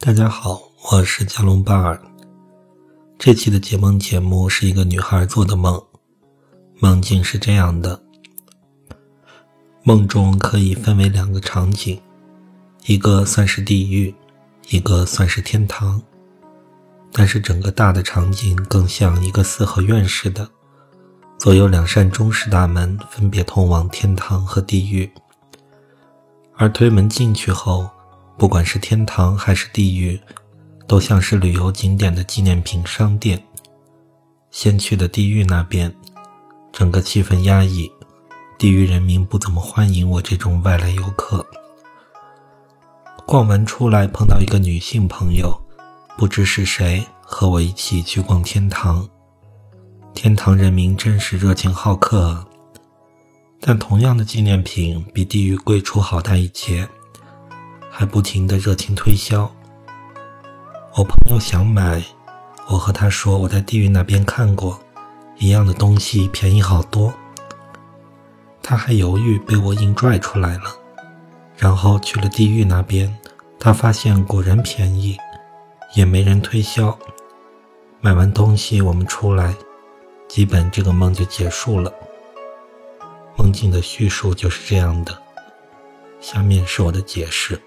大家好，我是加隆巴尔。这期的解梦节目是一个女孩做的梦，梦境是这样的：梦中可以分为两个场景，一个算是地狱，一个算是天堂，但是整个大的场景更像一个四合院似的，左右两扇中式大门分别通往天堂和地狱，而推门进去后，不管是天堂还是地狱，都像是旅游景点的纪念品商店。先去的地狱那边，整个气氛压抑，地狱人民不怎么欢迎我这种外来游客。逛完出来碰到一个女性朋友，不知是谁，和我一起去逛天堂。天堂人民真是热情好客啊，但同样的纪念品比地狱贵出好大一截，还不停地热情推销。我朋友想买，我和他说我在地狱那边看过，一样的东西便宜好多。他还犹豫，被我硬拽出来了。然后去了地狱那边，他发现果然便宜，也没人推销。买完东西我们出来，基本这个梦就结束了。梦境的叙述就是这样的，下面是我的解释。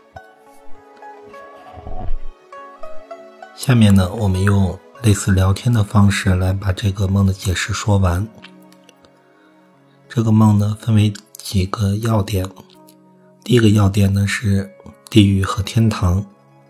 下面呢，我们用类似聊天的方式来把这个梦的解释说完。这个梦呢，分为几个要点。第一个要点呢是地狱和天堂。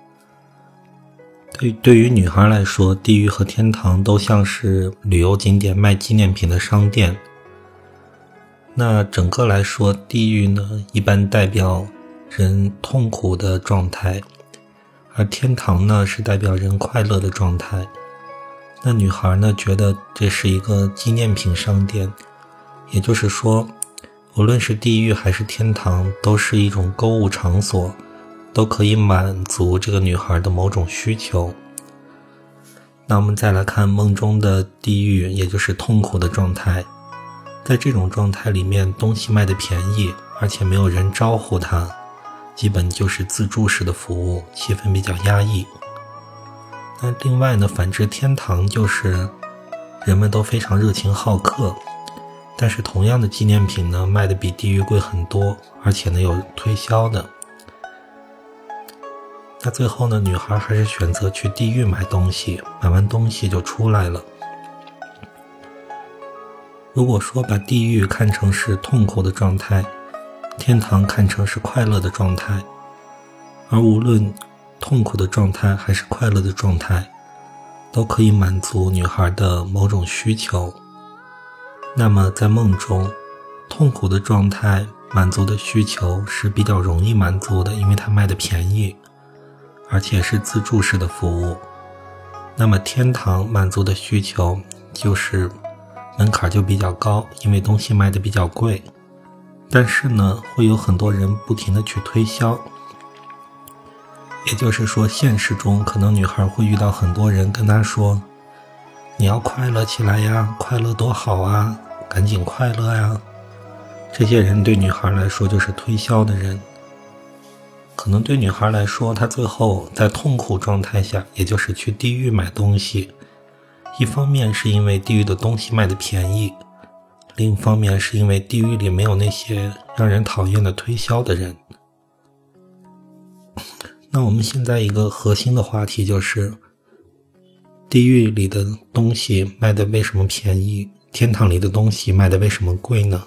对于女孩来说，地狱和天堂都像是旅游景点卖纪念品的商店。那整个来说，地狱呢一般代表人痛苦的状态，而天堂呢是代表人快乐的状态。那女孩呢觉得这是一个纪念品商店，也就是说无论是地狱还是天堂都是一种购物场所，都可以满足这个女孩的某种需求。那我们再来看梦中的地狱，也就是痛苦的状态。在这种状态里面，东西卖的便宜，而且没有人招呼她，基本就是自助式的服务，气氛比较压抑。那另外呢，反之天堂就是人们都非常热情好客，但是同样的纪念品呢，卖的比地狱贵很多，而且呢有推销的。那最后呢，女孩还是选择去地狱买东西，买完东西就出来了。如果说把地狱看成是痛苦的状态，天堂看成是快乐的状态，而无论痛苦的状态还是快乐的状态，都可以满足女孩的某种需求。那么在梦中，痛苦的状态满足的需求是比较容易满足的，因为它卖的便宜，而且是自助式的服务。那么天堂满足的需求就是门槛就比较高，因为东西卖的比较贵，但是呢会有很多人不停地去推销。也就是说，现实中可能女孩会遇到很多人跟她说，你要快乐起来呀，快乐多好啊，赶紧快乐呀。这些人对女孩来说就是推销的人。可能对女孩来说，她最后在痛苦状态下，也就是去地狱买东西，一方面是因为地狱的东西卖的便宜，另一方面是因为地狱里没有那些让人讨厌的推销的人。那我们现在一个核心的话题就是，地狱里的东西卖的为什么便宜，天堂里的东西卖的为什么贵呢？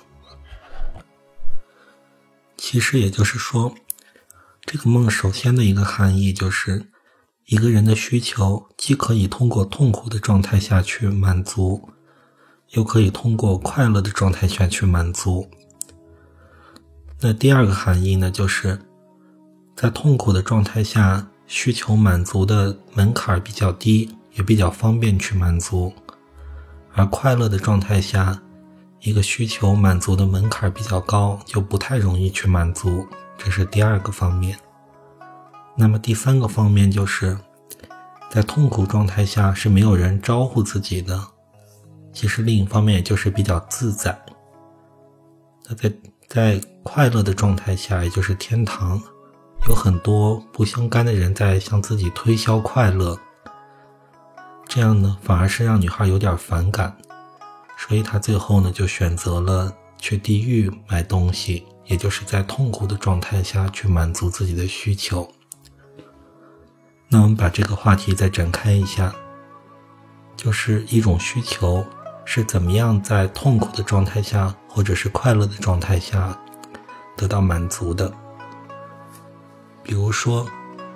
其实也就是说，这个梦首先的一个含义就是，一个人的需求既可以通过痛苦的状态下去满足，又可以通过快乐的状态下去满足。那第二个含义呢，就是在痛苦的状态下，需求满足的门槛比较低，也比较方便去满足，而快乐的状态下，一个需求满足的门槛比较高，就不太容易去满足，这是第二个方面。那么第三个方面就是，在痛苦状态下是没有人招呼自己的，其实另一方面也就是比较自在。那在快乐的状态下，也就是天堂， 有很多不相干的人在向自己推销快乐，这样呢反而是让女孩有点反感，所以她最后呢就选择了去地狱买东西，也就是在痛苦的状态下去满足自己的需求。那我们把这个话题再展开一下，就是一种需求是怎么样在痛苦的状态下或者是快乐的状态下得到满足的。比如说，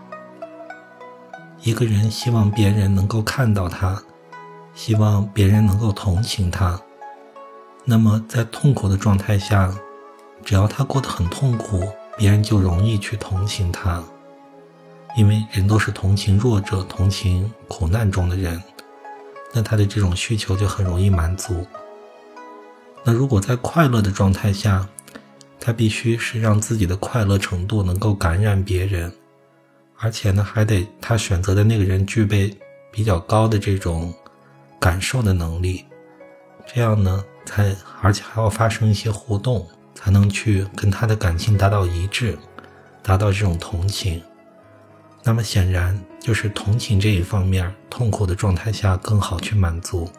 一个人希望别人能够看到他，希望别人能够同情他，那么在痛苦的状态下，只要他过得很痛苦，别人就容易去同情他，因为人都是同情弱者，同情苦难中的人，那他的这种需求就很容易满足。那如果在快乐的状态下，他必须是让自己的快乐程度能够感染别人，而且呢还得他选择的那个人具备比较高的这种感受的能力，这样呢而且还要发生一些互动，才能去跟他的感情达到一致，达到这种同情。那么显然就是同情这一方面，痛苦的状态下更好去满足。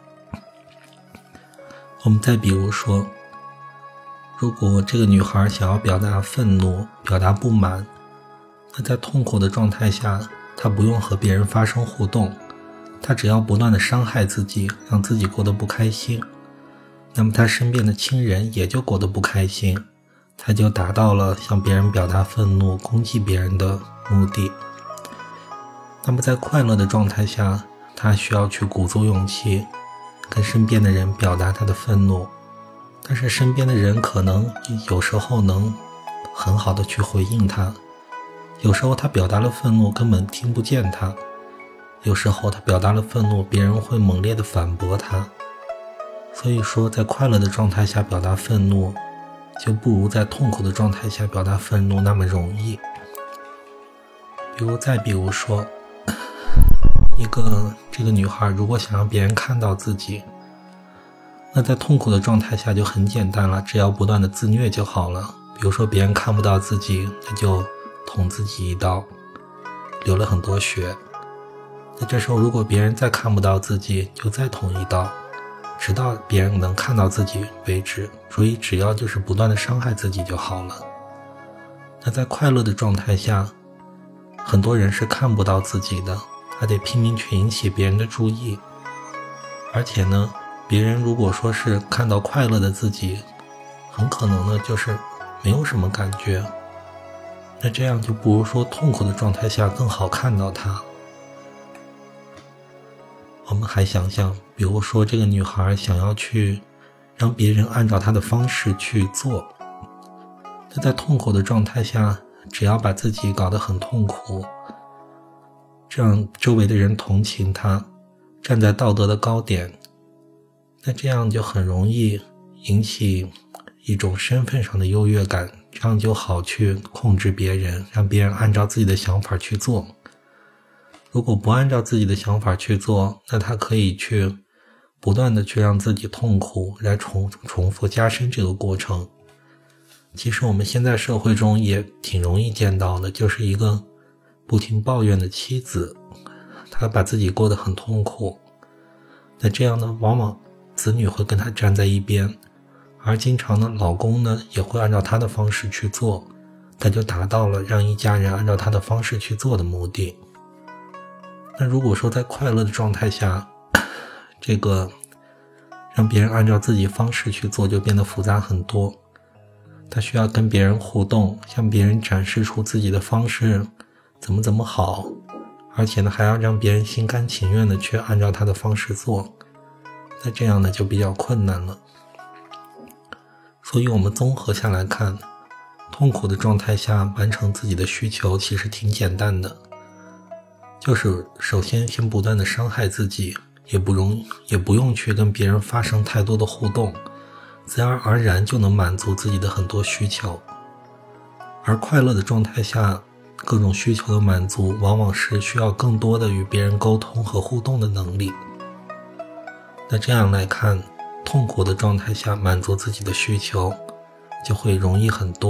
我们再比如说，如果这个女孩想要表达愤怒，表达不满，那在痛苦的状态下，她不用和别人发生互动，她只要不断的伤害自己，让自己过得不开心，那么她身边的亲人也就过得不开心，她就达到了向别人表达愤怒，攻击别人的目的。那么在快乐的状态下，她需要去鼓足勇气，跟身边的人表达她的愤怒，但是身边的人可能有时候能很好的去回应他，有时候他表达了愤怒根本听不见他，有时候他表达了愤怒，别人会猛烈的反驳他。所以说在快乐的状态下表达愤怒，就不如在痛苦的状态下表达愤怒那么容易。再比如说，这个女孩如果想让别人看到自己，那在痛苦的状态下就很简单了，只要不断的自虐就好了。比如说别人看不到自己，那就捅自己一刀，流了很多血。那这时候如果别人再看不到自己，就再捅一刀，直到别人能看到自己为止。所以只要就是不断的伤害自己就好了。那在快乐的状态下，很多人是看不到自己的，他得拼命去引起别人的注意，而且呢别人如果说是看到快乐的自己，很可能呢就是没有什么感觉，那这样就不如说痛苦的状态下更好看到他。我们还想象，比如说这个女孩想要去让别人按照她的方式去做，那在痛苦的状态下，只要把自己搞得很痛苦，这样周围的人同情她，站在道德的高点，那这样就很容易引起一种身份上的优越感，这样就好去控制别人，让别人按照自己的想法去做。如果不按照自己的想法去做，那他可以去不断的去让自己痛苦，来重复加深这个过程。其实我们现在社会中也挺容易见到的，就是一个不停抱怨的妻子，她把自己过得很痛苦，那这样呢，往往子女会跟她站在一边，而经常呢，老公呢也会按照她的方式去做，他就达到了让一家人按照他的方式去做的目的。那如果说在快乐的状态下，这个让别人按照自己方式去做就变得复杂很多，他需要跟别人互动，向别人展示出自己的方式怎么好，而且呢还要让别人心甘情愿的去按照他的方式做，那这样呢就比较困难了。所以我们综合下来看，痛苦的状态下完成自己的需求其实挺简单的，就是首先不断的伤害自己，也不用去跟别人发生太多的互动，自然而然就能满足自己的很多需求。而快乐的状态下，各种需求的满足往往是需要更多的与别人沟通和互动的能力。那这样来看，痛苦的状态下满足自己的需求就会容易很多，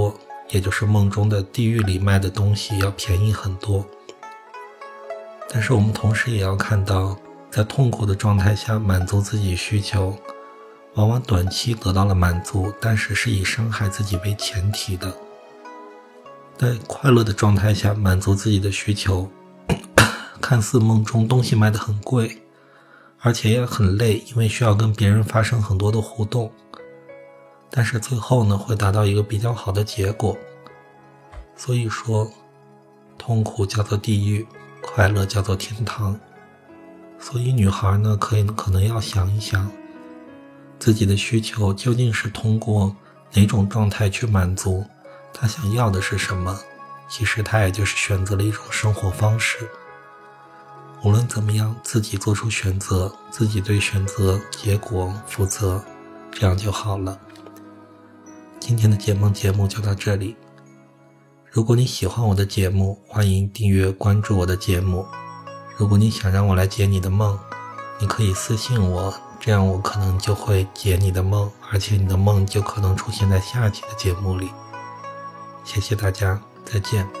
也就是梦中的地狱里卖的东西要便宜很多。但是我们同时也要看到，在痛苦的状态下满足自己需求，往往短期得到了满足，但是是以伤害自己为前提的。在快乐的状态下满足自己的需求，看似梦中东西卖得很贵，而且也很累，因为需要跟别人发生很多的互动，但是最后呢，会达到一个比较好的结果。所以说，痛苦叫做地狱，快乐叫做天堂。所以女孩呢，可能要想一想，自己的需求究竟是通过哪种状态去满足，她想要的是什么。其实她也就是选择了一种生活方式。无论怎么样，自己做出选择，自己对选择结果负责，这样就好了。今天的节目就到这里。如果你喜欢我的节目，欢迎订阅关注我的节目。如果你想让我来解你的梦，你可以私信我，这样我可能就会解你的梦，而且你的梦就可能出现在下期的节目里。谢谢大家，再见。